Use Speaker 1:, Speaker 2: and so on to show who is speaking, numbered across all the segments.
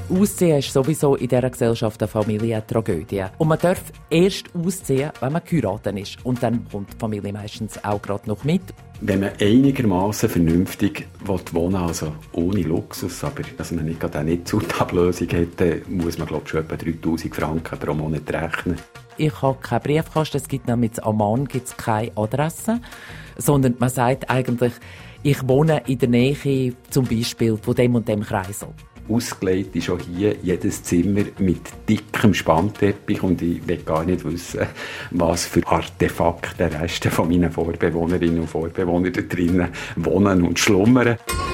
Speaker 1: Ausziehen ist sowieso in dieser Gesellschaft eine Familientragödie. Und man darf erst ausziehen, wenn man geheiratet ist. Und dann kommt die Familie meistens auch gerade noch mit.
Speaker 2: Wenn man einigermaßen vernünftig wohnen will, also ohne Luxus, aber dass man nicht gerade eine Nicht-Zutablösung hat, dann muss man, glaube ich, schon etwa 3'000 Franken pro Monat rechnen.
Speaker 1: Ich habe keinen Briefkasten, es gibt nämlich in Amman keine Adresse, sondern man sagt eigentlich, ich wohne in der Nähe zum Beispiel von dem und dem Kreisel.
Speaker 2: Ausgelegt ist auch hier jedes Zimmer mit dickem Spannteppich und ich will gar nicht wissen, was für Artefakte Reste von meinen Vorbewohnerinnen und Vorbewohnern da drinnen wohnen und schlummern.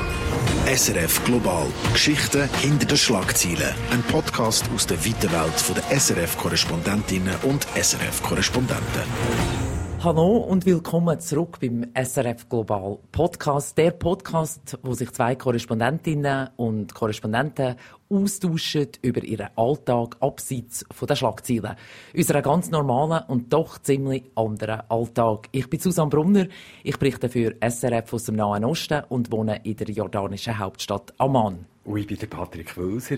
Speaker 3: SRF Global. Geschichten hinter den Schlagzeilen. Ein Podcast aus der weiten Welt der SRF-Korrespondentinnen und SRF-Korrespondenten.
Speaker 1: Hallo und willkommen zurück beim SRF Global Podcast. Der Podcast, wo sich zwei Korrespondentinnen und Korrespondenten austauschen über ihren Alltag abseits von den Schlagzeilen. Unseren ganz normalen und doch ziemlich anderen Alltag. Ich bin Susanne Brunner, ich berichte für SRF aus dem Nahen Osten und wohne in der jordanischen Hauptstadt Amman.
Speaker 2: Und ich bin der Patrick Wölser,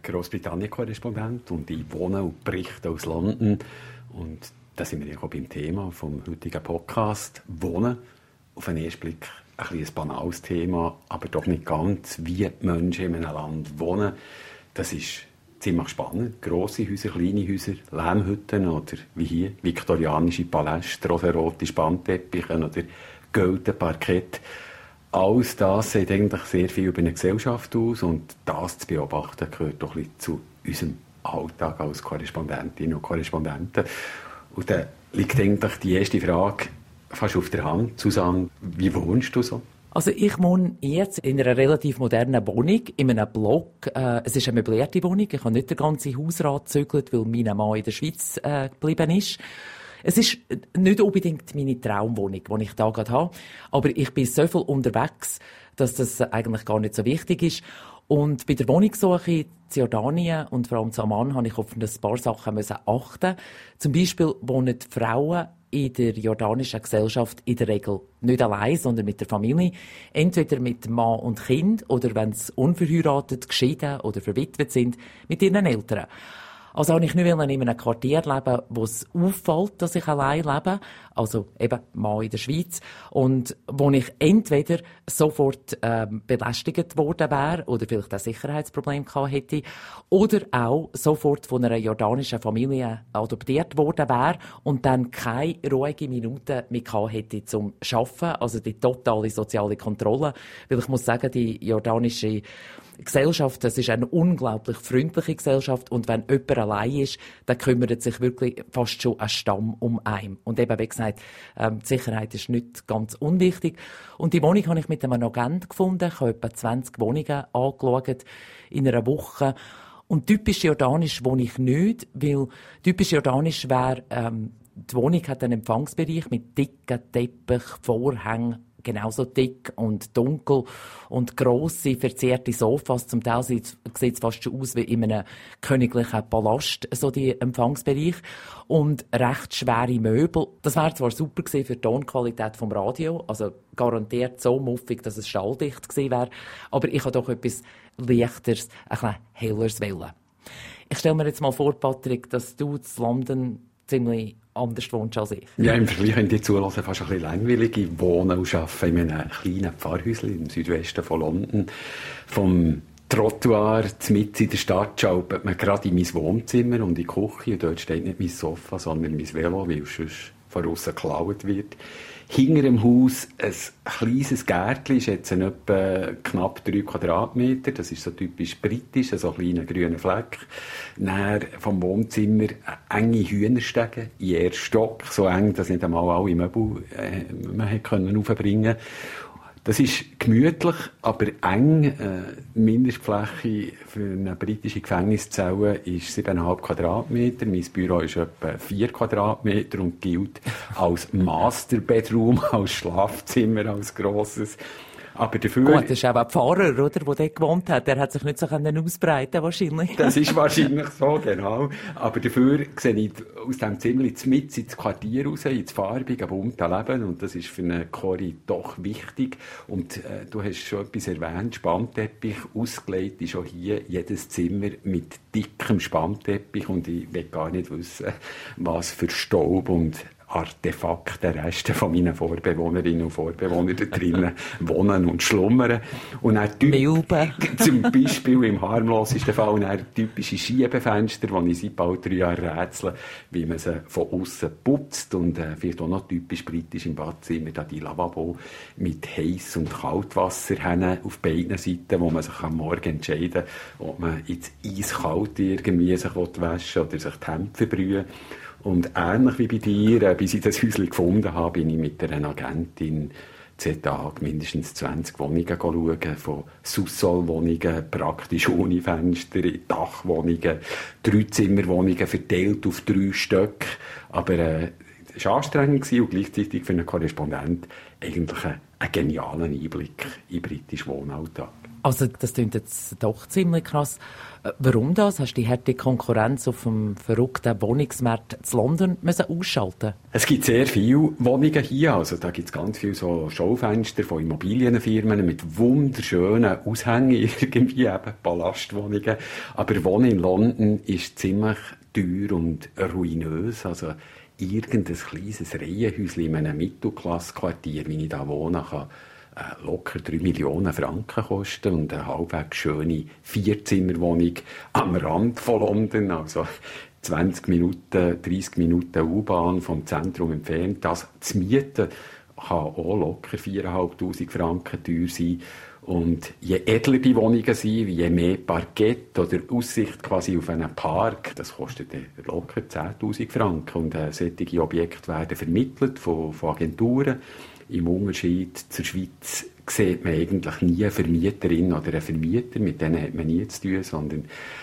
Speaker 2: Grossbritannien-Korrespondent und ich wohne und berichte aus London. Und da sind wir ja auch beim Thema vom heutigen Podcast. Wohnen. Auf den ersten Blick ein banales Thema, aber doch nicht ganz, wie die Menschen in einem Land wohnen. Das ist ziemlich spannend. Grosse Häuser, kleine Häuser, Lehmhütten oder wie hier viktorianische Paläste, rosarote Spannteppiche oder goldene Parkett. Alles das sagt eigentlich sehr viel über eine Gesellschaft aus und das zu beobachten gehört doch ein bisschen zu unserem Alltag als Korrespondentinnen und Korrespondenten. Und dann liegt eigentlich die erste Frage fast auf der Hand. Susanne, wie wohnst du so?
Speaker 1: Also ich wohne jetzt in einer relativ modernen Wohnung, in einem Block. Es ist eine möblierte Wohnung. Ich habe nicht den ganzen Hausrat gezögert, weil mein Mann in der Schweiz geblieben ist. Es ist nicht unbedingt meine Traumwohnung, die ich hier gerade habe. Aber ich bin so viel unterwegs, dass das eigentlich gar nicht so wichtig ist. Und bei der Wohnungssuche in Jordanien und vor allem in Amman habe ich auf ein paar Sachen achten. Zum Beispiel wohnen die Frauen in der jordanischen Gesellschaft in der Regel nicht allein, sondern mit der Familie. Entweder mit Mann und Kind oder, wenn sie unverheiratet, geschieden oder verwitwet sind, mit ihren Eltern. Also habe ich nicht in einem Quartier leben, wo es auffällt, dass ich allein lebe, also eben mal in der Schweiz, und wo ich entweder sofort belästigt worden wäre oder vielleicht ein Sicherheitsproblem gehabt hätte, oder auch sofort von einer jordanischen Familie adoptiert worden wäre und dann keine ruhige Minute mehr gehabt hätte zum Arbeiten, also die totale soziale Kontrolle, weil ich muss sagen, die jordanische Gesellschaft, das ist eine unglaublich freundliche Gesellschaft und wenn jemand allein ist, dann kümmert sich wirklich fast schon ein Stamm um einen. Und eben, wie gesagt, die Sicherheit ist nicht ganz unwichtig. Und die Wohnung habe ich mit einem Agent gefunden. Ich habe etwa 20 Wohnungen angeschaut in einer Woche. Und typisch jordanisch wohne ich nicht, weil typisch jordanisch wäre, die Wohnung hat einen Empfangsbereich mit dicken Teppich, Vorhängen, genauso dick und dunkel und grosse, verzierte Sofas. Zum Teil sieht es fast schon aus wie in einem königlichen Palast, so die Empfangsbereich. Und recht schwere Möbel. Das wäre zwar super gewesen für die Tonqualität vom Radio, also garantiert so muffig, dass es schalldicht gewesen wäre, aber ich habe doch etwas Leichteres, ein bisschen Helleres wollen. Ich stelle mir jetzt mal vor, Patrick, dass du in London ziemlich anders wohnst als ich.
Speaker 2: Ja, im Vergleich, wenn ich dir zuhöre, fast ein bisschen langweilig. Ich wohne und arbeite in einem kleinen Pfarrhäuschen im Südwesten von London. Vom Trottoir mitten in der Stadt schaut man gerade in mein Wohnzimmer und in die Küche. Und dort steht nicht mein Sofa, sondern mein Velo, weil sonst von aussen geklaut wird. Hinter dem Haus ein kleines Gärtchen, schätzen etwa knapp 3 Quadratmeter. Das ist so typisch britisch, so ein kleiner grüner Fleck. Dann vom Wohnzimmer eine enge Hühnerstege in den ersten Stock. So eng, dass nicht einmal alle Möbel man raufbringen konnte. Das ist gemütlich, aber eng. Die Mindestfläche für eine britische Gefängniszelle ist 7,5 Quadratmeter. Mein Büro ist etwa 4 Quadratmeter und gilt als Masterbedroom, als Schlafzimmer, als grosses. Aber dafür...
Speaker 1: Gut, das ist auch ein Pfarrer, oder, der dort gewohnt hat. Der hat sich nicht so ausbreiten wahrscheinlich.
Speaker 2: Das ist wahrscheinlich so, genau. Aber dafür sehe ich aus dem Zimmer mitten ins Quartier raus, ins farbige, bunte Leben. Und das ist für eine Cori doch wichtig. Und du hast schon etwas erwähnt, Spannteppich. Ausgelegt ist auch hier jedes Zimmer mit dickem Spannteppich. Und ich will gar nicht wissen, was für Staub und Artefakte Reste von meinen Vorbewohnerinnen und Vorbewohnern da drinnen wohnen und schlummern. Und dann
Speaker 1: Milben.
Speaker 2: Zum Beispiel im harmlosesten Fall dann typische Schiebefenster, wo ich seit bald 3 Jahren rätsle, wie man sie von außen putzt. Und vielleicht auch noch typisch britisch im Badzimmer, da die Lavabo mit Heiß- und Kaltwasser haben auf beiden Seiten, wo man sich am Morgen entscheiden, ob man ins Eiskalt irgendwie sich waschen oder sich die Hände verbrühen. Und ähnlich wie bei dir, bis ich das Häuschen gefunden habe, bin ich mit einer Agentin 10 Tage mindestens 20 Wohnungen schauen, von Sous-Sol-Wohnungen, praktisch ohne Fenster, Dachwohnungen, 3-Zimmer-Wohnungen verteilt auf 3 Stück. Aber es war anstrengend und gleichzeitig für einen Korrespondent eigentlich ein genialer Einblick in den britischen Wohnalltag.
Speaker 1: Also das klingt jetzt doch ziemlich krass. Warum das? Hast du die harte Konkurrenz auf dem verrückten Wohnungsmarkt zu London müssen ausschalten?
Speaker 2: Es gibt sehr viele Wohnungen hier. Also da gibt es ganz viele so Schaufenster von Immobilienfirmen mit wunderschönen Aushängen, irgendwie eben Palastwohnungen. Aber Wohnen in London ist ziemlich teuer und ruinös. Also irgendein kleines Reihenhäuschen in einem Mittelklassquartier, wie ich da wohne, kann locker 3 Millionen Franken kosten und eine halbwegs schöne 4-Zimmer-Wohnung am Rand von London, also 20 Minuten, 30 Minuten U-Bahn vom Zentrum entfernt. Das zu mieten kann auch locker 4'500 Franken teuer sein. Und je edler die Wohnungen sind, je mehr Parkett oder Aussicht quasi auf einen Park, das kostet locker 10'000 Franken. Und solche Objekte werden vermittelt von Agenturen. Im Unterschied zur Schweiz sieht man eigentlich nie eine Vermieterin oder einen Vermieter, mit denen hat man nie zu tun, sondern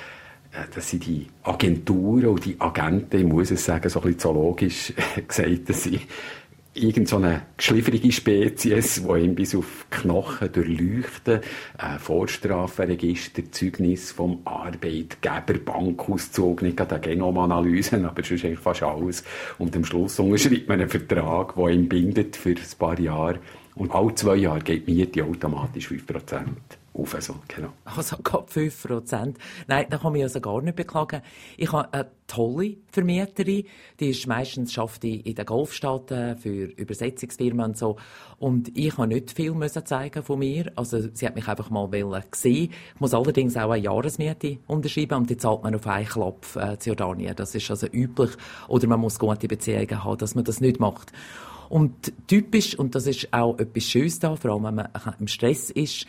Speaker 2: das sind die Agenturen und die Agenten, ich muss es sagen, so ein bisschen zoologisch gesagt, das sind irgend so eine geschliffrige Spezies, die ihn bis auf Knochen durchleuchten, Vorstrafenregister, Zeugnis vom Arbeitgeber, Bankauszug, nicht gerade eine Genomanalyse, aber sonst eigentlich fast alles. Und am Schluss unterschreibt man einen Vertrag, der ihn bindet für ein paar Jahre. Und alle 2 Jahre geht die Miete automatisch 5% auf. Also, genau.
Speaker 1: Also gerade 5%. Nein, da kann mich also gar nicht beklagen. Ich habe eine tolle Vermieterin, die ist meistens schafft in den Golfstaaten für Übersetzungsfirmen und so. Und ich habe nicht viel müssen zeigen von mir. Also sie hat mich einfach mal gesehen. Ich muss allerdings auch eine Jahresmiete unterschreiben und die zahlt man auf einen Klapp in Jordanien. Das ist also üblich. Oder man muss gute Beziehungen haben, dass man das nicht macht. Und typisch, und das ist auch etwas Schönes da, vor allem wenn man im Stress ist,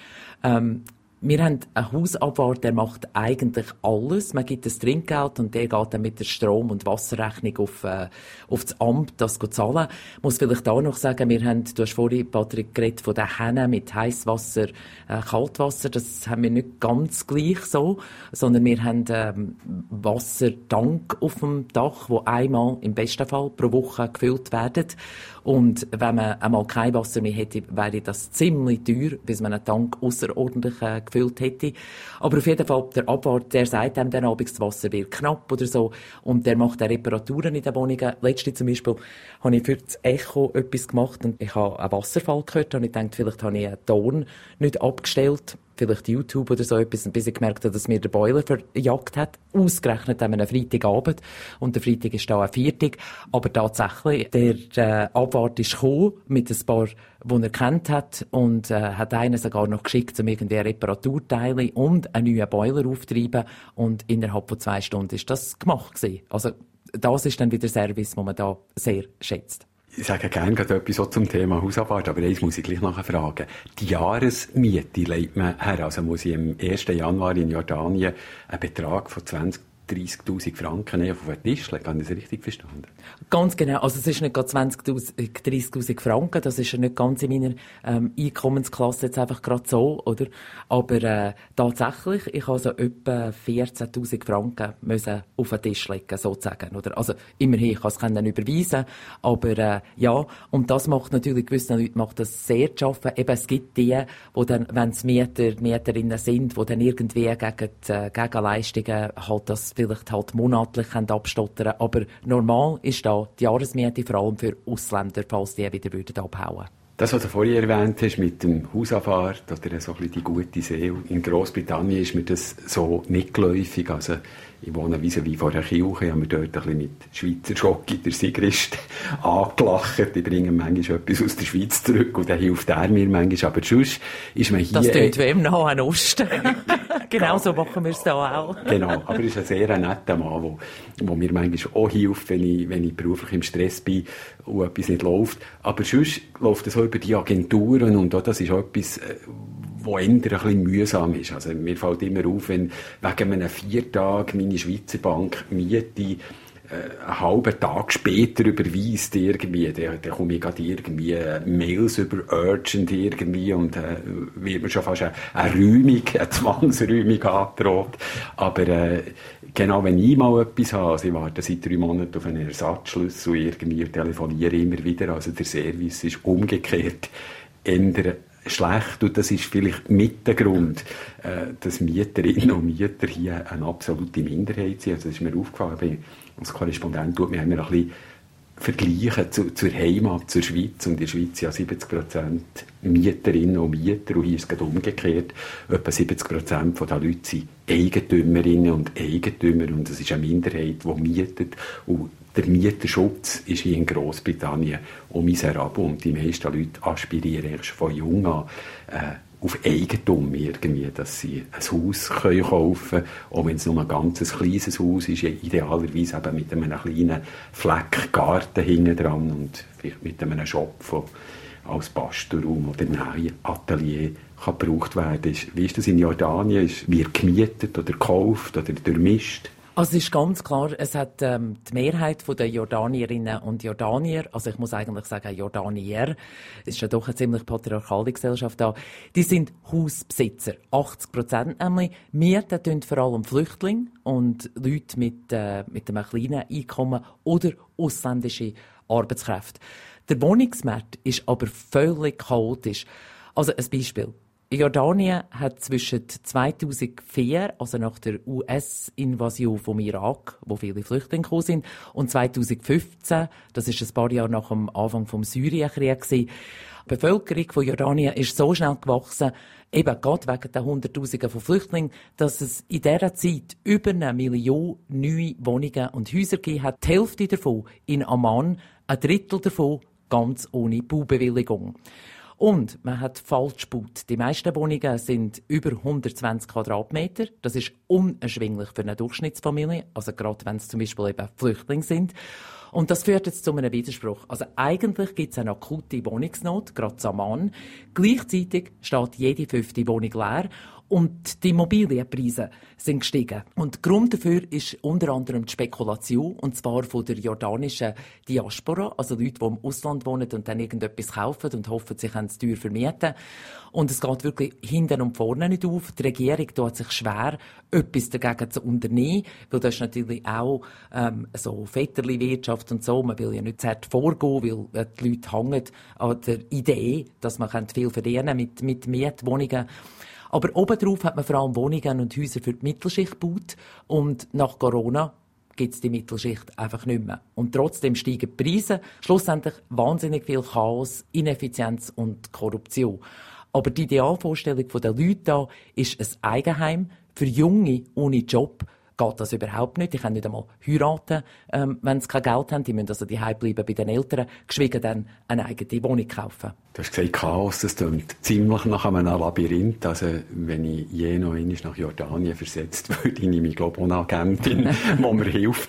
Speaker 1: wir haben einen Hausabwart, der macht eigentlich alles. Man gibt das Trinkgeld und der geht dann mit der Strom- und Wasserrechnung auf das Amt, das zahlen. Ich muss vielleicht auch noch sagen, wir haben, du hast vorhin, Patrick, geredet von den Hennen mit Heisswasser, Kaltwasser. Das haben wir nicht ganz gleich so, sondern wir haben Wassertank auf dem Dach, wo einmal im besten Fall pro Woche gefüllt werden. Und wenn man einmal kein Wasser mehr hätte, wäre das ziemlich teuer, bis man einen Tank ausserordentlich gefüllt hätte. Aber auf jeden Fall, der Abwart, der sagt einem dann abends, das Wasser wird knapp oder so. Und der macht auch Reparaturen in den Wohnungen. Letzte zum Beispiel habe ich für das Echo etwas gemacht und ich habe einen Wasserfall gehört und ich dachte, vielleicht habe ich einen Ton nicht abgestellt. Vielleicht YouTube oder so etwas, bis ich gemerkt habe, dass mir der Boiler verjagt hat. Ausgerechnet an einem Freitagabend. Und der Freitag ist da ein Viertag. Aber tatsächlich, der Abwart ist gekommen mit ein paar, die er kennt hat. Und hat einen sogar noch geschickt, um irgendwie Reparaturteile und einen neuen Boiler aufzutreiben. Und innerhalb von 2 Stunden ist das gemacht gewesen. Also, das ist dann wieder Service, den man da sehr schätzt.
Speaker 2: Ich sage gerne gerade etwas so zum Thema Hausabwart, aber eins muss ich gleich nachher fragen. Die Jahresmiete legt man her. Also muss ich am 1. Januar in Jordanien einen Betrag von 20 30'000 Franken auf den Tisch legen. Habe ich das richtig verstanden?
Speaker 1: Ganz genau. Also es ist nicht gerade 30'000 Franken. Das ist ja nicht ganz in meiner Einkommensklasse jetzt einfach gerade so, oder? Aber tatsächlich, ich habe so etwa 14'000 Franken müssen auf den Tisch legen, sozusagen, oder? Also immerhin, ich kann es dann überweisen, aber ja, und das macht natürlich gewissen Leuten macht das sehr zu schaffen. Eben, es gibt die dann, wenn es Mieterinnen sind, die dann irgendwie gegen die Gegenleistungen halt das vielleicht halt monatlich abstottern. Aber normal ist da die Jahresmiete vor allem für Ausländer, falls die wieder abhauen würden.
Speaker 2: Das, was du vorhin erwähnt hast, mit dem Hausabfahrt oder so ein bisschen die gute Seele. In Grossbritannien ist mir das so nicht geläufig. Also, ich wohne vis-à-vis vor einer Kirche, haben wir dort ein bisschen mit Schweizer Schocke der Sigrist angelacht. Die bringen manchmal etwas aus der Schweiz zurück und dann hilft er mir manchmal. Aber sonst ist man hier...
Speaker 1: Das tönt wie im Nahen Osten. Genau so machen wir es da auch.
Speaker 2: Genau, aber er ist ein sehr netter Mann, der mir manchmal auch hilft, wenn ich beruflich im Stress bin und etwas nicht läuft. Aber sonst läuft es auch über die Agenturen und auch das ist auch etwas, wo eher ein bisschen mühsam ist. Also mir fällt immer auf, wenn wegen einem 4 Tagen meine Schweizer Bank Miete einen halben Tag später überweist irgendwie, dann komme ich gerade irgendwie Mails über Urgent irgendwie und wird mir schon fast eine Zwangsräumung angedroht. Aber genau, wenn ich mal etwas habe, also ich warte seit 3 Monaten auf einen Ersatzschlüssel irgendwie und telefoniere immer wieder, also der Service ist umgekehrt eher schlecht und das ist vielleicht mit der Grund, dass Mieterinnen und Mieter hier eine absolute Minderheit sind. Also das ist mir aufgefallen, als Korrespondent tut mir immer ein bisschen vergleichen zur Heimat, zur Schweiz. Und in der Schweiz sind ja 70% Mieterinnen und Mieter und hier ist es gerade umgekehrt. Etwa 70% der Leute sind Eigentümerinnen und Eigentümer und es ist eine Minderheit, die mietet. Und der Mieterschutz ist hier in Grossbritannien miserabel und die meisten Leute aspirieren eigentlich schon von jung an auf Eigentum irgendwie, dass sie ein Haus kaufen können, auch wenn es nur ein ganz kleines Haus ist, idealerweise eben mit einem kleinen Fleck Garten hinten dran und vielleicht mit einem Shop, der als Bastelraum oder Nähatelier kann gebraucht werden. Wie ist das in Jordanien? Wird gemietet oder gekauft oder durchmischt?
Speaker 1: Also es ist ganz klar, es hat die Mehrheit der Jordanierinnen und Jordanier, also ich muss eigentlich sagen Jordanier, es ist ja doch eine ziemlich patriarchale Gesellschaft da, die sind Hausbesitzer, 80% nämlich, mieten tun vor allem Flüchtlinge und Leute mit einem kleinen Einkommen oder ausländische Arbeitskräfte. Der Wohnungsmarkt ist aber völlig chaotisch. Also ein Beispiel. Jordanien hat zwischen 2004, also nach der US-Invasion vom Irak, wo viele Flüchtlinge gekommen sind, und 2015, das ist ein paar Jahre nach dem Anfang vom Syrienkrieg, die Bevölkerung von Jordanien ist so schnell gewachsen, eben gerade wegen der Hunderttausenden von Flüchtlingen, dass es in dieser Zeit über 1 Million neue Wohnungen und Häuser gegeben hat. Die Hälfte davon in Amman, 1/3 davon ganz ohne Baubewilligung. Und man hat falsch gebaut. Die meisten Wohnungen sind über 120 Quadratmeter. Das ist unerschwinglich für eine Durchschnittsfamilie. Also gerade wenn es zum Beispiel eben Flüchtlinge sind. Und das führt jetzt zu einem Widerspruch. Also eigentlich gibt es eine akute Wohnungsnot, gerade in Amman. Gleichzeitig steht jede 5. Wohnung leer. Und die Immobilienpreise sind gestiegen. Und der Grund dafür ist unter anderem die Spekulation, und zwar von der jordanischen Diaspora, also Leute, die im Ausland wohnen und dann irgendetwas kaufen und hoffen, sie können es teuer vermieten. Und es geht wirklich hinten und vorne nicht auf. Die Regierung tut sich schwer, etwas dagegen zu unternehmen, weil das ist natürlich auch so Vetterli-Wirtschaft und so. Man will ja nicht zu hart vorgehen, weil die Leute hängen an der Idee, dass man viel verdienen mit Mietwohnungen. Aber obendrauf hat man vor allem Wohnungen und Häuser für die Mittelschicht gebaut. Und nach Corona gibt es die Mittelschicht einfach nicht mehr. Und trotzdem steigen die Preise. Schlussendlich wahnsinnig viel Chaos, Ineffizienz und Korruption. Aber die Idealvorstellung der Leute da ist ein Eigenheim für Junge ohne Job. Geht das überhaupt nicht. Die können nicht einmal heiraten, wenn sie kein Geld haben. Die müssen also daheim bleiben bei den Eltern, geschweige denn eine eigene Wohnung kaufen.
Speaker 2: Du hast gesagt, Chaos, das klingt ziemlich nach einem Labyrinth. Also, wenn ich je noch einmal nach Jordanien versetzt würde, nehme ich, glaube ich, auch eine Agentin, die mir hilft.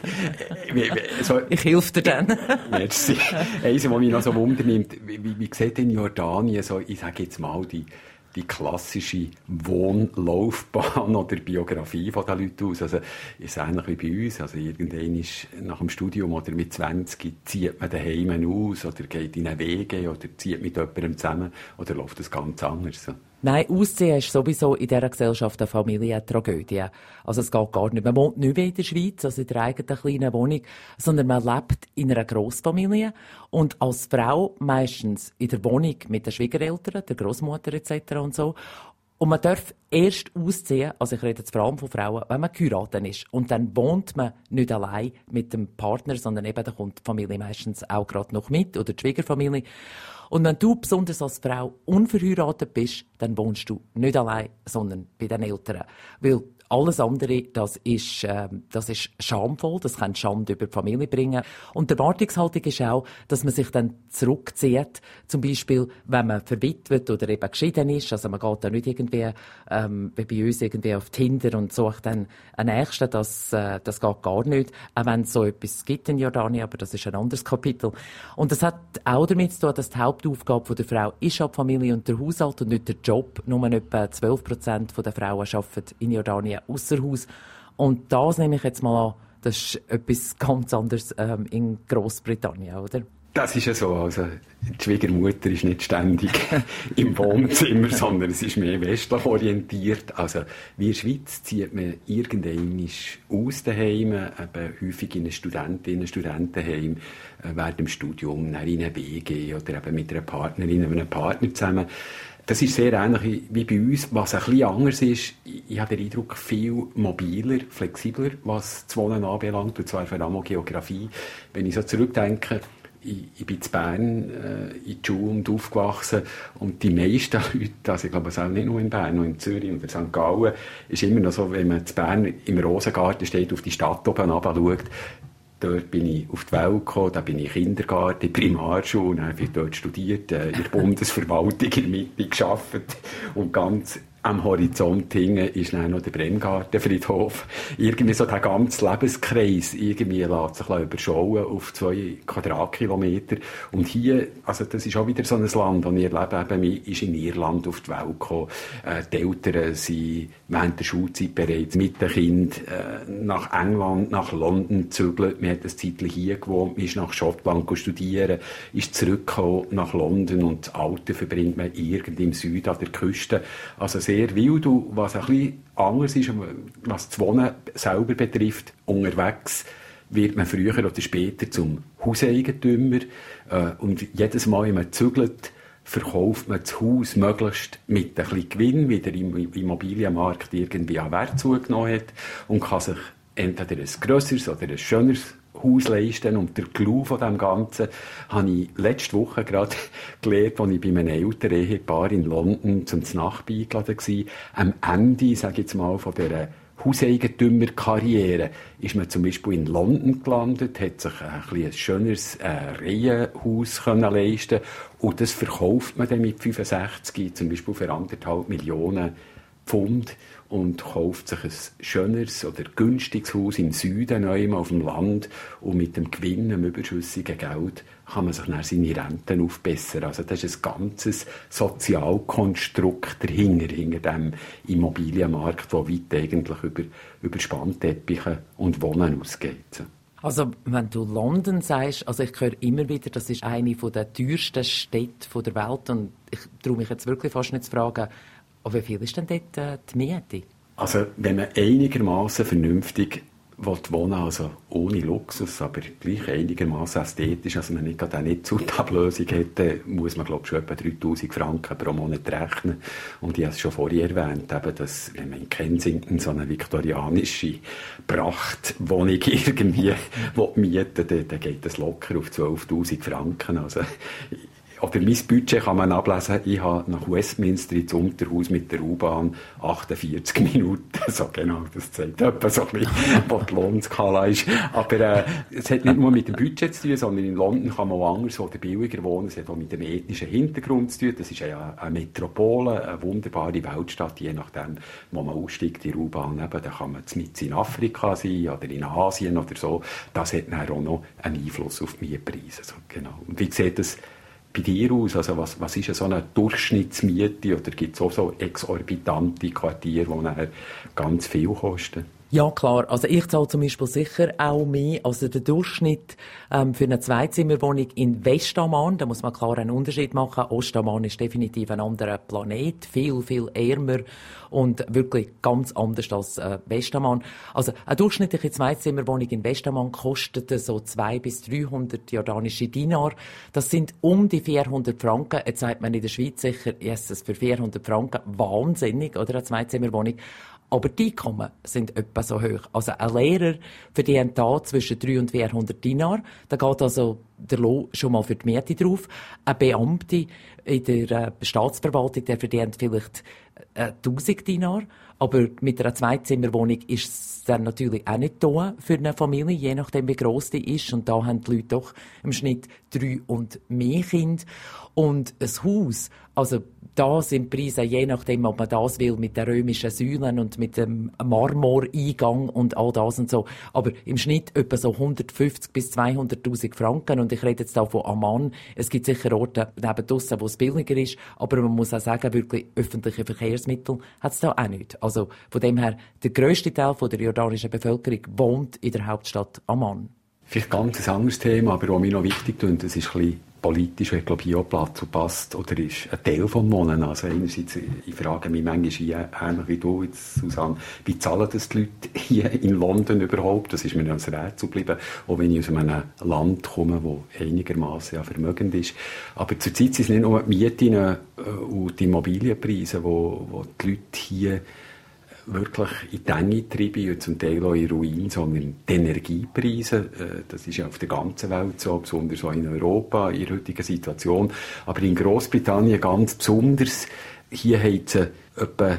Speaker 1: Ich helfe dir dann.
Speaker 2: Merci. Eins, was mich noch so wundernimmt, wie sieht in Jordanien so, ich sage jetzt mal, die die klassische Wohnlaufbahn oder Biografie von den Leuten aus. Also, ist ähnlich wie bei uns. Also, irgendwann ist nach dem Studium oder mit 20 zieht man daheim aus oder geht in eine WG oder zieht mit jemandem zusammen oder läuft das ganz anders. So.
Speaker 1: Nein, Ausziehen ist sowieso in dieser Gesellschaft eine Familientragödie. Also es geht gar nicht. Man wohnt nicht mehr in der Schweiz, also in der eigenen kleinen Wohnung, sondern man lebt in einer Grossfamilie und als Frau meistens in der Wohnung mit den Schwiegereltern, der Großmutter etc. und so. Und man darf erst ausziehen, also ich rede jetzt vor allem von Frauen, wenn man geheiratet ist. Und dann wohnt man nicht allein mit dem Partner, sondern eben da kommt die Familie meistens auch gerade noch mit oder die Schwiegerfamilie. Und wenn du besonders als Frau unverheiratet bist, dann wohnst du nicht allein, sondern bei den Eltern. Weil alles andere, das ist schamvoll, das kann Schande über die Familie bringen. Und die Erwartungshaltung ist auch, dass man sich dann zurückzieht, zum Beispiel, wenn man verwitwet oder eben geschieden ist. Also man geht da nicht irgendwie, wie bei uns, irgendwie auf Tinder und sucht dann einen Nächsten, das geht gar nicht. Auch wenn es so etwas gibt in Jordanien, aber das ist ein anderes Kapitel. Und das hat auch damit zu tun, dass die Hauptaufgabe der Frau ist die Familie und der Haushalt und nicht der Job. Nur etwa 12% der Frauen arbeiten in Jordanien ausser Haus. Und das nehme ich jetzt mal an, das ist etwas ganz anderes in Grossbritannien, oder?
Speaker 2: Das ist ja so. Also, die Schwiegermutter ist nicht ständig im Wohnzimmer, sondern es ist mehr westlich orientiert. Also, wie in der Schweiz zieht man irgendwann aus daheim, eben häufig in ein Studentenheim, während dem Studium, dann in eine WG oder eben mit einer Partnerin oder einem Partner zusammen. Das ist sehr ähnlich wie bei uns. Was ein bisschen anders ist, ich habe den Eindruck, viel mobiler, flexibler, was das Wohnen anbelangt, und zwar vor allem Geografie. Wenn ich so zurückdenke, ich bin in Bern in die Schule und aufgewachsen und die meisten Leute, also ich glaube es auch nicht nur in Bern, auch in Zürich oder St. Gallen, ist immer noch so, wenn man in Bern im Rosengarten steht, auf die Stadt oben runter schaut, dort bin ich auf die Welt gekommen, da bin ich Kindergarten, Primarschule, dann habe ich dort studiert, in der Bundesverwaltung in der Mitte gearbeitet und ganz am Horizont hinten ist dann noch der Bremgartenfriedhof. Irgendwie so der ganze Lebenskreis irgendwie lässt sich überschauen auf 2 Quadratkilometer. Und hier, also das ist auch wieder so ein Land, wo ich erlebe, eben, ist in Irland auf die Welt gekommen. Die Eltern sind während der Schulzeit bereits mit den Kindern nach England, nach London gezügelt. Man hat ein Zeitchen hier gewohnt, man ist nach Schottland studieren, ist zurückgekommen nach London und das Alter verbringt man irgendwie im Süden an der Küste. Also sehr wild, was ein bisschen anders ist, was das Wohnen selber betrifft. Unterwegs wird man früher oder später zum Hauseigentümer und jedes Mal, wenn man zügelt, verkauft man das Haus möglichst mit ein bisschen Gewinn, wie der Immobilienmarkt irgendwie an Wert zugenommen hat, und kann sich entweder ein grösseres oder ein schöneres Haus leisten. Und der Clou von dem Ganzen habe ich letzte Woche gerade gelernt, als ich bei einem älteren Ehepaar in London zum Nacht eingeladen war. Am Ende, sage ich jetzt mal, von dieser Hauseigentümerkarriere ist man zum Beispiel in London gelandet, hat sich ein schöneres Reihenhaus können leisten, und das verkauft man dann mit 65, zum Beispiel für 1,5 Millionen Pfund, und kauft sich ein schöneres oder günstiges Haus im Süden, neu auf dem Land, und mit dem Gewinn, dem überschüssigen Geld, kann man sich dann seine Renten aufbessern. Also das ist ein ganzes Sozialkonstrukt hinter dem Immobilienmarkt, der weit eigentlich über Spannteppiche und Wohnen ausgeht.
Speaker 1: Also, wenn du London sagst, also ich höre immer wieder, das ist eine der teuersten Städte der Welt, und ich traue mich jetzt wirklich fast nicht zu fragen, wie viel ist denn dort die Miete? Also,
Speaker 2: wenn man einigermaßen vernünftig wohnen, also ohne Luxus, aber gleich einigermaßen ästhetisch, also man nicht gerade eine Zutablösung hätte, muss man, glaube ich, schon etwa 3'000 Franken pro Monat rechnen. Und ich habe es schon vorher erwähnt, eben, dass, wenn man in Kensington so eine viktorianische Prachtwohnung irgendwie mieten will, dann geht das locker auf 12'000 Franken. Also, oder mein Budget kann man ablesen. Ich habe nach Westminster ins Unterhaus mit der U-Bahn 48 Minuten. So genau, das zeigt etwa so ein bisschen, wo die Lohnskala ist. Aber es hat nicht nur mit dem Budget zu tun, sondern in London kann man auch anders oder billiger wohnen. Es hat auch mit dem ethnischen Hintergrund zu tun. Das ist ja eine Metropole, eine wunderbare Weltstadt, je nachdem, wo man aussteigt in der U-Bahn. Da kann man mitten in Afrika sein oder in Asien oder so. Das hat dann auch noch einen Einfluss auf die Mietpreise. So, genau. Und wie sieht das bei dir aus? Also was ist so eine Durchschnittsmiete? Oder gibt es auch so exorbitante Quartiere, die nachher ganz viel kosten?
Speaker 1: Ja, klar. Also ich zahle zum Beispiel sicher auch mehr. Also der Durchschnitt für eine Zweizimmerwohnung in Westamman, da muss man klar einen Unterschied machen. Ostamman ist definitiv ein anderer Planet, viel, viel ärmer und wirklich ganz anders als Westamman. Also eine durchschnittliche Zweizimmerwohnung in Westamman kostet so 200 bis 300 jordanische Dinar. Das sind um die 400 Franken. Jetzt sagt man in der Schweiz sicher, yes, für 400 Franken wahnsinnig, oder eine Zweizimmerwohnung. Aber die Einkommen sind etwa so hoch. Also ein Lehrer verdient da zwischen 300 und 400 Dinar. Da geht also der Lohn schon mal für die Miete drauf. Ein Beamte in der Staatsverwaltung, der verdient vielleicht 1000 Dinar. Aber mit einer Zweizimmerwohnung ist es dann natürlich auch nicht da für eine Familie, je nachdem wie gross die ist. Und da haben die Leute doch im Schnitt 3 und mehr Kinder. Und ein Haus, also da sind die Preise, je nachdem, ob man das will, mit den römischen Säulen und mit dem Marmoreingang und all das und so. Aber im Schnitt etwa so 150 bis 200.000 Franken. Und ich rede jetzt da von Amman. Es gibt sicher Orte neben draussen, wo es billiger ist. Aber man muss auch sagen, wirklich öffentliche Verkehrsmittel hat es da auch nicht. Also von dem her, der grösste Teil von der jordanischen Bevölkerung wohnt in der Hauptstadt Amman.
Speaker 2: Vielleicht ganz ein anderes Thema, aber was mir noch wichtig tut, das ist ein bisschen politisch, weil, glaube ich, hier auch Platz und passt, oder ist ein Teil vom Wohnen. Also einerseits, ich frage mich manchmal hier, ähnlich wie du jetzt, Susanne, wie zahlen das die Leute hier in London überhaupt? Das ist mir als Rätsel geblieben, auch wenn ich aus einem Land komme, das einigermaßen vermögend ist. Aber zurzeit sind es nicht nur die Mieten und die Immobilienpreise, wo die Leute hier wirklich in die Enge treiben und zum Teil auch in Ruin, sondern die Energiepreise, das ist ja auf der ganzen Welt so, besonders auch in Europa, in der heutigen Situation, aber in Großbritannien ganz besonders. Hier heizen etwa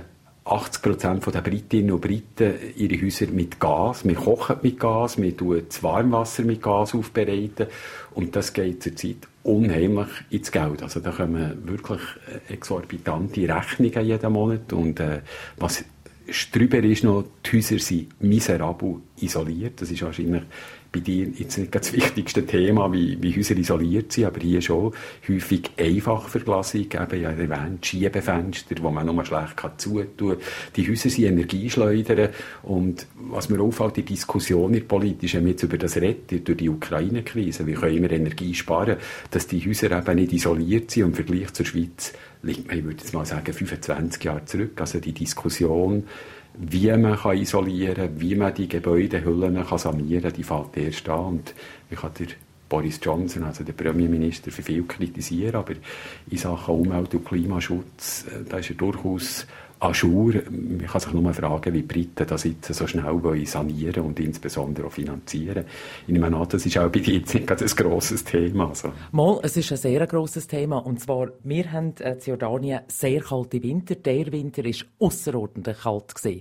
Speaker 2: 80% der Britinnen und Briten ihre Häuser mit Gas. Wir kochen mit Gas, wir tun das Warmwasser mit Gas aufbereiten und das geht zurzeit unheimlich ins Geld. Also da kommen wirklich exorbitante Rechnungen jeden Monat und was drüber ist noch, die Häuser sind miserabel isoliert. Das ist wahrscheinlich bei dir jetzt nicht das wichtigste Thema, wie Häuser isoliert sind, aber hier schon häufig Einfachverglasung, eben ja erwähnt, Schiebefenster, wo man nur schlecht zutun kann. Die Häuser sind Energieschleudern und was mir auffällt, die Diskussion in der Politik, wenn wir jetzt über das reden, durch die Ukraine-Krise, wie können wir Energie sparen, dass die Häuser eben nicht isoliert sind und im Vergleich zur Schweiz liegt man, ich würde jetzt mal sagen, 25 Jahre zurück. Also die Diskussion, wie man kann isolieren kann, wie man die Gebäudehüllen kann sanieren kann, die fällt erst an. Und ich kann der Boris Johnson, also der Premierminister, für viel kritisieren, aber in Sachen Umwelt- und Klimaschutz, da ist er durchaus à jour. Man kann sich nur fragen, wie die Briten das jetzt so schnell sanieren und insbesondere auch finanzieren. Ich nehme an, das ist auch bei dir jetzt nicht ein grosses Thema. Also.
Speaker 1: Mal, es ist ein sehr grosses Thema. Und zwar, wir haben in Jordanien sehr kalte Winter. Der Winter war ausserordentlich kalt gewesen.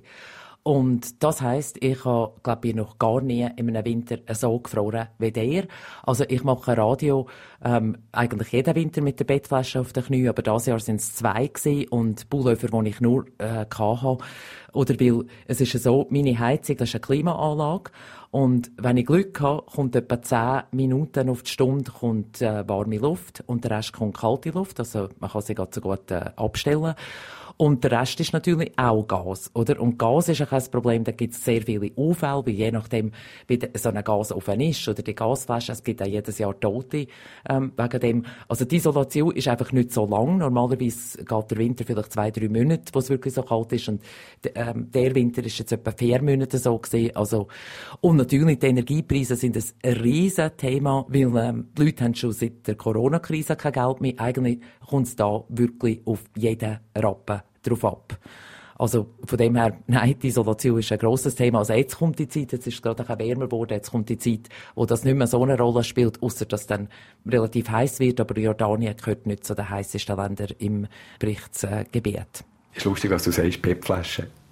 Speaker 1: Und das heisst, ich habe, glaube ich, noch gar nie in einem Winter so gefroren wie der. Also ich mache Radio eigentlich jeden Winter mit der Bettflasche auf den Knien, aber dieses Jahr sind es 2 gewesen und Pullover, die ich nur hatte. Oder weil es ist so, meine Heizung, das ist eine Klimaanlage. Und wenn ich Glück habe, kommt etwa 10 Minuten auf die Stunde kommt, warme Luft und der Rest kommt kalte Luft. Also man kann sie gerade so gut abstellen. Und der Rest ist natürlich auch Gas, oder? Und Gas ist auch kein Problem, da gibt es sehr viele Unfälle, weil je nachdem, wie so ein Gasofen ist, oder die Gasflasche, es gibt auch jedes Jahr Tote, wegen dem. Also die Isolation ist einfach nicht so lang. Normalerweise geht der Winter vielleicht 2-3 Monate, wo es wirklich so kalt ist, und der Winter ist jetzt etwa 4 Monate so gewesen. Also, und natürlich, die Energiepreise sind ein riesen Thema, weil die Leute haben schon seit der Corona-Krise kein Geld mehr. Eigentlich kommt es da wirklich auf jeden Rappen drauf ab. Also von dem her, nein, die Isolation ist ein grosses Thema. Also jetzt kommt die Zeit, jetzt ist es gerade auch wärmer geworden, jetzt kommt die Zeit, wo das nicht mehr so eine Rolle spielt, ausser dass es dann relativ heiß wird, aber Jordanien gehört nicht zu den heissesten Ländern im Berichtsgebiet.
Speaker 2: Es ist lustig, was du sagst, PET-Flaschen.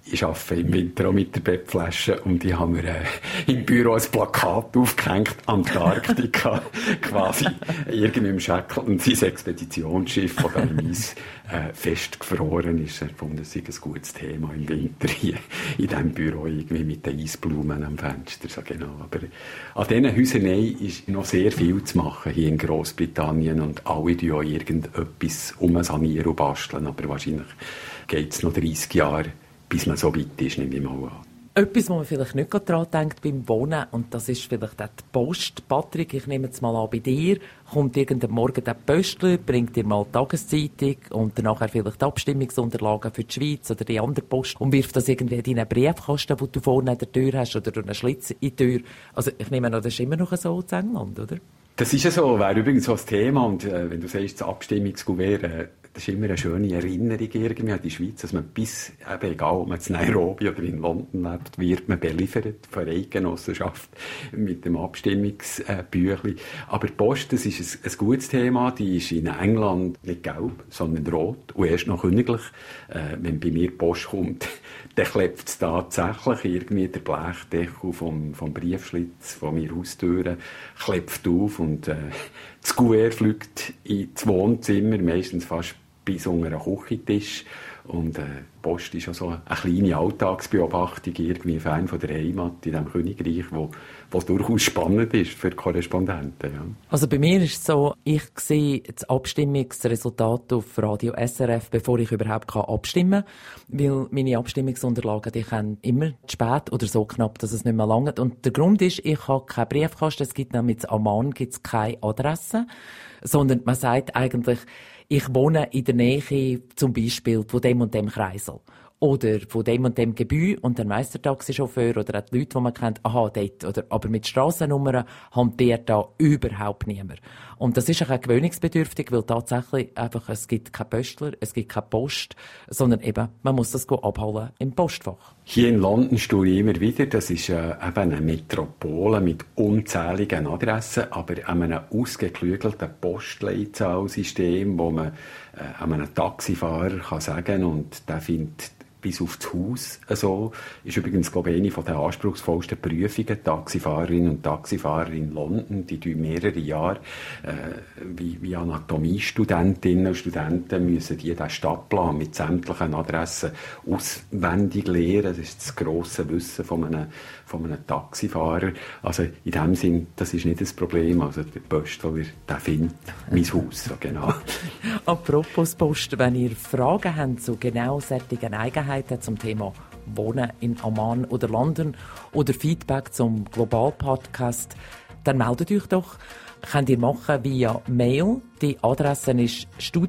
Speaker 2: ich arbeite im Winter auch mit der Bettflasche und die haben mir im Büro ein Plakat aufgehängt, Antarktika, quasi irgendwie im Shackleton, sein Expeditionsschiff, das da im Eis festgefroren ist. Er fand, das sei ein gutes Thema im Winter hier in diesem Büro, irgendwie mit den Eisblumen am Fenster. So genau. Aber an diesen Häusern ist noch sehr viel zu machen hier in Grossbritannien und alle tun auch irgendetwas sanieren und basteln, aber wahrscheinlich geht es noch 30 Jahre, bis man so weit ist, nehme ich mal an.
Speaker 1: Etwas, wo man vielleicht nicht daran denkt beim Wohnen, und das ist vielleicht auch die Post. Patrick, ich nehme jetzt mal an, bei dir kommt irgendein Morgen der Postler, bringt dir mal die Tageszeitung und dann nachher vielleicht die Abstimmungsunterlagen für die Schweiz oder die andere Post und wirft das irgendwie in deinen Briefkasten, den du vorne an der Tür hast, oder durch einen Schlitz in die Tür. Also ich nehme an, das ist immer noch so in England, oder?
Speaker 2: Das ist ja so, wäre übrigens so ein Thema, und wenn du sagst, das Abstimmungskuvert, das ist immer eine schöne Erinnerung irgendwie an die Schweiz, dass man bis, eben egal ob man in Nairobi oder in London lebt, wird man beliefert von der Eidgenossenschaft mit dem Abstimmungsbüchlein. Aber die Post, das ist ein gutes Thema, die ist in England nicht gelb, sondern rot und erst noch königlich. Wenn bei mir Post kommt, dann klebt es tatsächlich irgendwie der Blechdeckel vom Briefschlitz von meiner Haustüre klebt auf und das Kuvert fliegt ins Wohnzimmer, meistens fast bis unter einen Küchentisch. Und Post ist auch so eine kleine Alltagsbeobachtung, irgendwie Fan von der Heimat in diesem Königreich, wo durchaus spannend ist für Korrespondenten. Ja.
Speaker 1: Also bei mir ist es so, ich sehe das Abstimmungsresultat auf Radio SRF, bevor ich überhaupt abstimmen kann, weil meine Abstimmungsunterlagen, die kommen immer zu spät oder so knapp, dass es nicht mehr langt. Und der Grund ist, ich habe keinen Briefkasten, es gibt nämlich in Amman keine Adresse, sondern man sagt eigentlich, ich wohne in der Nähe zum Beispiel von dem und dem Kreisel. Oder von dem und dem Gebäude und dann weiss der Taxichauffeur oder auch die Leute, die man kennt, aha, dort. Oder, aber mit Strassennummern hantiert da überhaupt niemand. Und das ist auch gewöhnungsbedürftig, weil tatsächlich einfach, es gibt keine Postler, es gibt keine Post, sondern eben, man muss das abholen im Postfach.
Speaker 2: Hier in London stehe ich immer wieder, das ist eben eine Metropole mit unzähligen Adressen, aber an einem ausgeklügelten Postleitzahlsystem, wo man einem Taxifahrer kann sagen, und der findet bis auf das Haus so. Ist übrigens, glaube ich, eine der anspruchsvollsten Prüfungen. Taxifahrerinnen und Taxifahrer in London, die tun mehrere Jahre, wie Anatomiestudentinnen und Studenten, müssen die den Stadtplan mit sämtlichen Adressen auswendig lernen. Das ist das grosse Wissen von einem Taxifahrer. Also in dem Sinn, das ist nicht das Problem. Also der Postler, der findet mein Haus. So genau.
Speaker 1: Apropos Post, wenn ihr Fragen habt zu genau solchen Eigenheiten zum Thema Wohnen in Amman oder London oder Feedback zum Global-Podcast, dann meldet euch doch. Könnt ihr machen via Mail. Die Adresse ist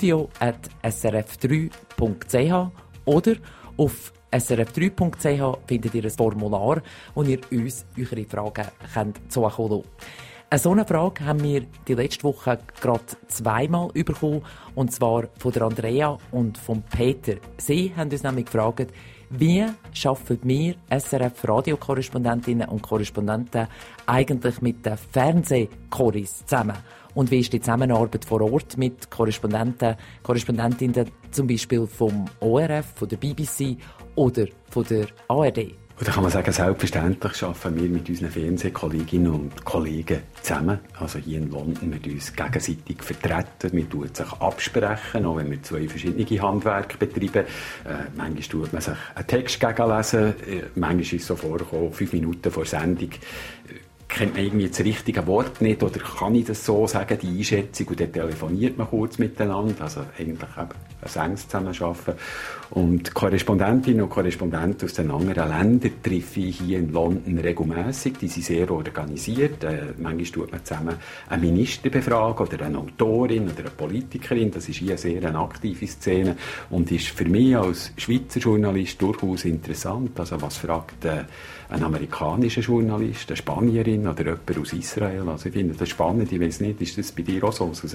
Speaker 1: studio@srf3.ch oder auf srf3.ch findet ihr ein Formular, wo ihr uns eure Fragen zukommen könnt. So eine Frage haben wir die letzte Woche gerade zweimal bekommen, und zwar von der Andrea und von Peter. Sie haben uns nämlich gefragt, wie arbeiten wir SRF-Radiokorrespondentinnen und Korrespondenten eigentlich mit den Fernsehkorris zusammen? Und wie ist die Zusammenarbeit vor Ort mit Korrespondentinnen, zum Beispiel vom ORF, von der BBC oder von der ARD?
Speaker 2: Und da kann man sagen, selbstverständlich arbeiten wir mit unseren Fernsehkolleginnen und Kollegen zusammen. Also hier in London, wir uns gegenseitig vertreten, wir tun sich absprechen, auch wenn wir zwei verschiedene Handwerke betreiben. Manchmal tut man sich einen Text gegenlesen, manchmal ist es so vorgekommen, 5 Minuten vor Sendung, kennt man irgendwie das richtige Wort nicht oder kann ich das so sagen, die Einschätzung, und dann telefoniert man kurz miteinander, also eigentlich eben ein enges Zusammenarbeiten. Und Korrespondentinnen und Korrespondenten aus den anderen Ländern treffe ich hier in London regelmässig, die sind sehr organisiert, manchmal tut man zusammen einen Minister befragen oder eine Autorin oder eine Politikerin, das ist hier eine sehr aktive Szene und ist für mich als Schweizer Journalist durchaus interessant, also was fragt ein amerikanischer Journalist, eine Spanierin oder jemand aus Israel. Also ich finde das spannend. Ich weiss nicht, ist das bei dir auch so, Susanne?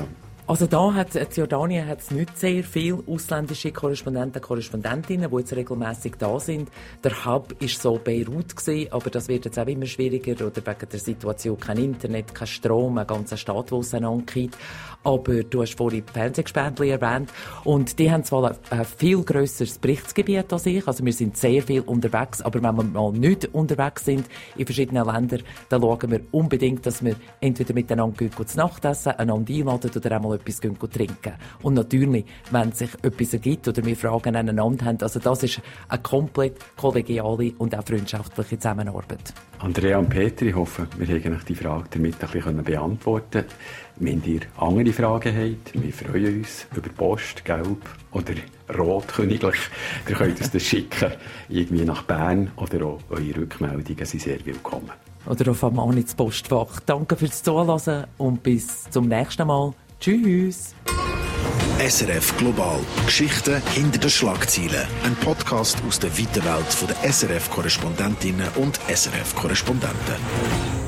Speaker 1: Also da hat in Jordanien nicht sehr viele ausländische Korrespondenten, Korrespondentinnen, die jetzt regelmässig da sind. Der Hub war so Beirut gewesen, aber das wird jetzt auch immer schwieriger, oder wegen der Situation kein Internet, kein Strom, ein ganzer Staat, der auseinandergeht. Aber du hast vorhin die Fernsehgespendli erwähnt und die haben zwar ein viel grösseres Berichtsgebiet als ich, also wir sind sehr viel unterwegs, aber wenn wir mal nicht unterwegs sind in verschiedenen Ländern, dann schauen wir unbedingt, dass wir entweder miteinander zu Nacht essen, einander einladen oder einmal etwas trinken. Und natürlich, wenn sich etwas ergibt oder wir Fragen aneinander haben, also das ist eine komplett kollegiale und auch freundschaftliche Zusammenarbeit.
Speaker 2: Andrea und Peter, ich hoffe, wir haben die Frage damit ein bisschen beantworten. Wenn ihr andere Fragen habt, wir freuen uns über Post, Gelb oder Rot königlich. Ihr könnt uns das schicken, irgendwie nach Bern, oder auch eure Rückmeldungen sind sehr willkommen.
Speaker 1: Oder auf einmal ins Postfach. Danke fürs Zuhören und bis zum nächsten Mal. Tschüss!
Speaker 3: SRF Global. Geschichten hinter den Schlagzeilen. Ein Podcast aus der weiten Welt der SRF-Korrespondentinnen und SRF-Korrespondenten.